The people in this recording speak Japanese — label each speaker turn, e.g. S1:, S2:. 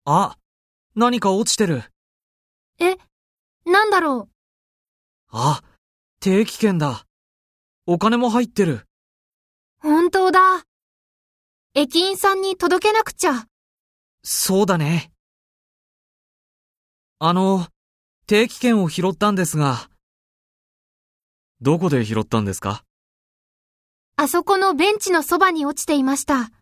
S1: あ、何か落ちてる。
S2: え、なんだろう。
S1: あ、定期券だ。お金も入ってる。
S2: 本当だ。駅員さんに届けなくちゃ。
S1: そうだね。定期券を拾ったんですが。どこで拾ったんですか？
S2: あそこのベンチのそばに落ちていました。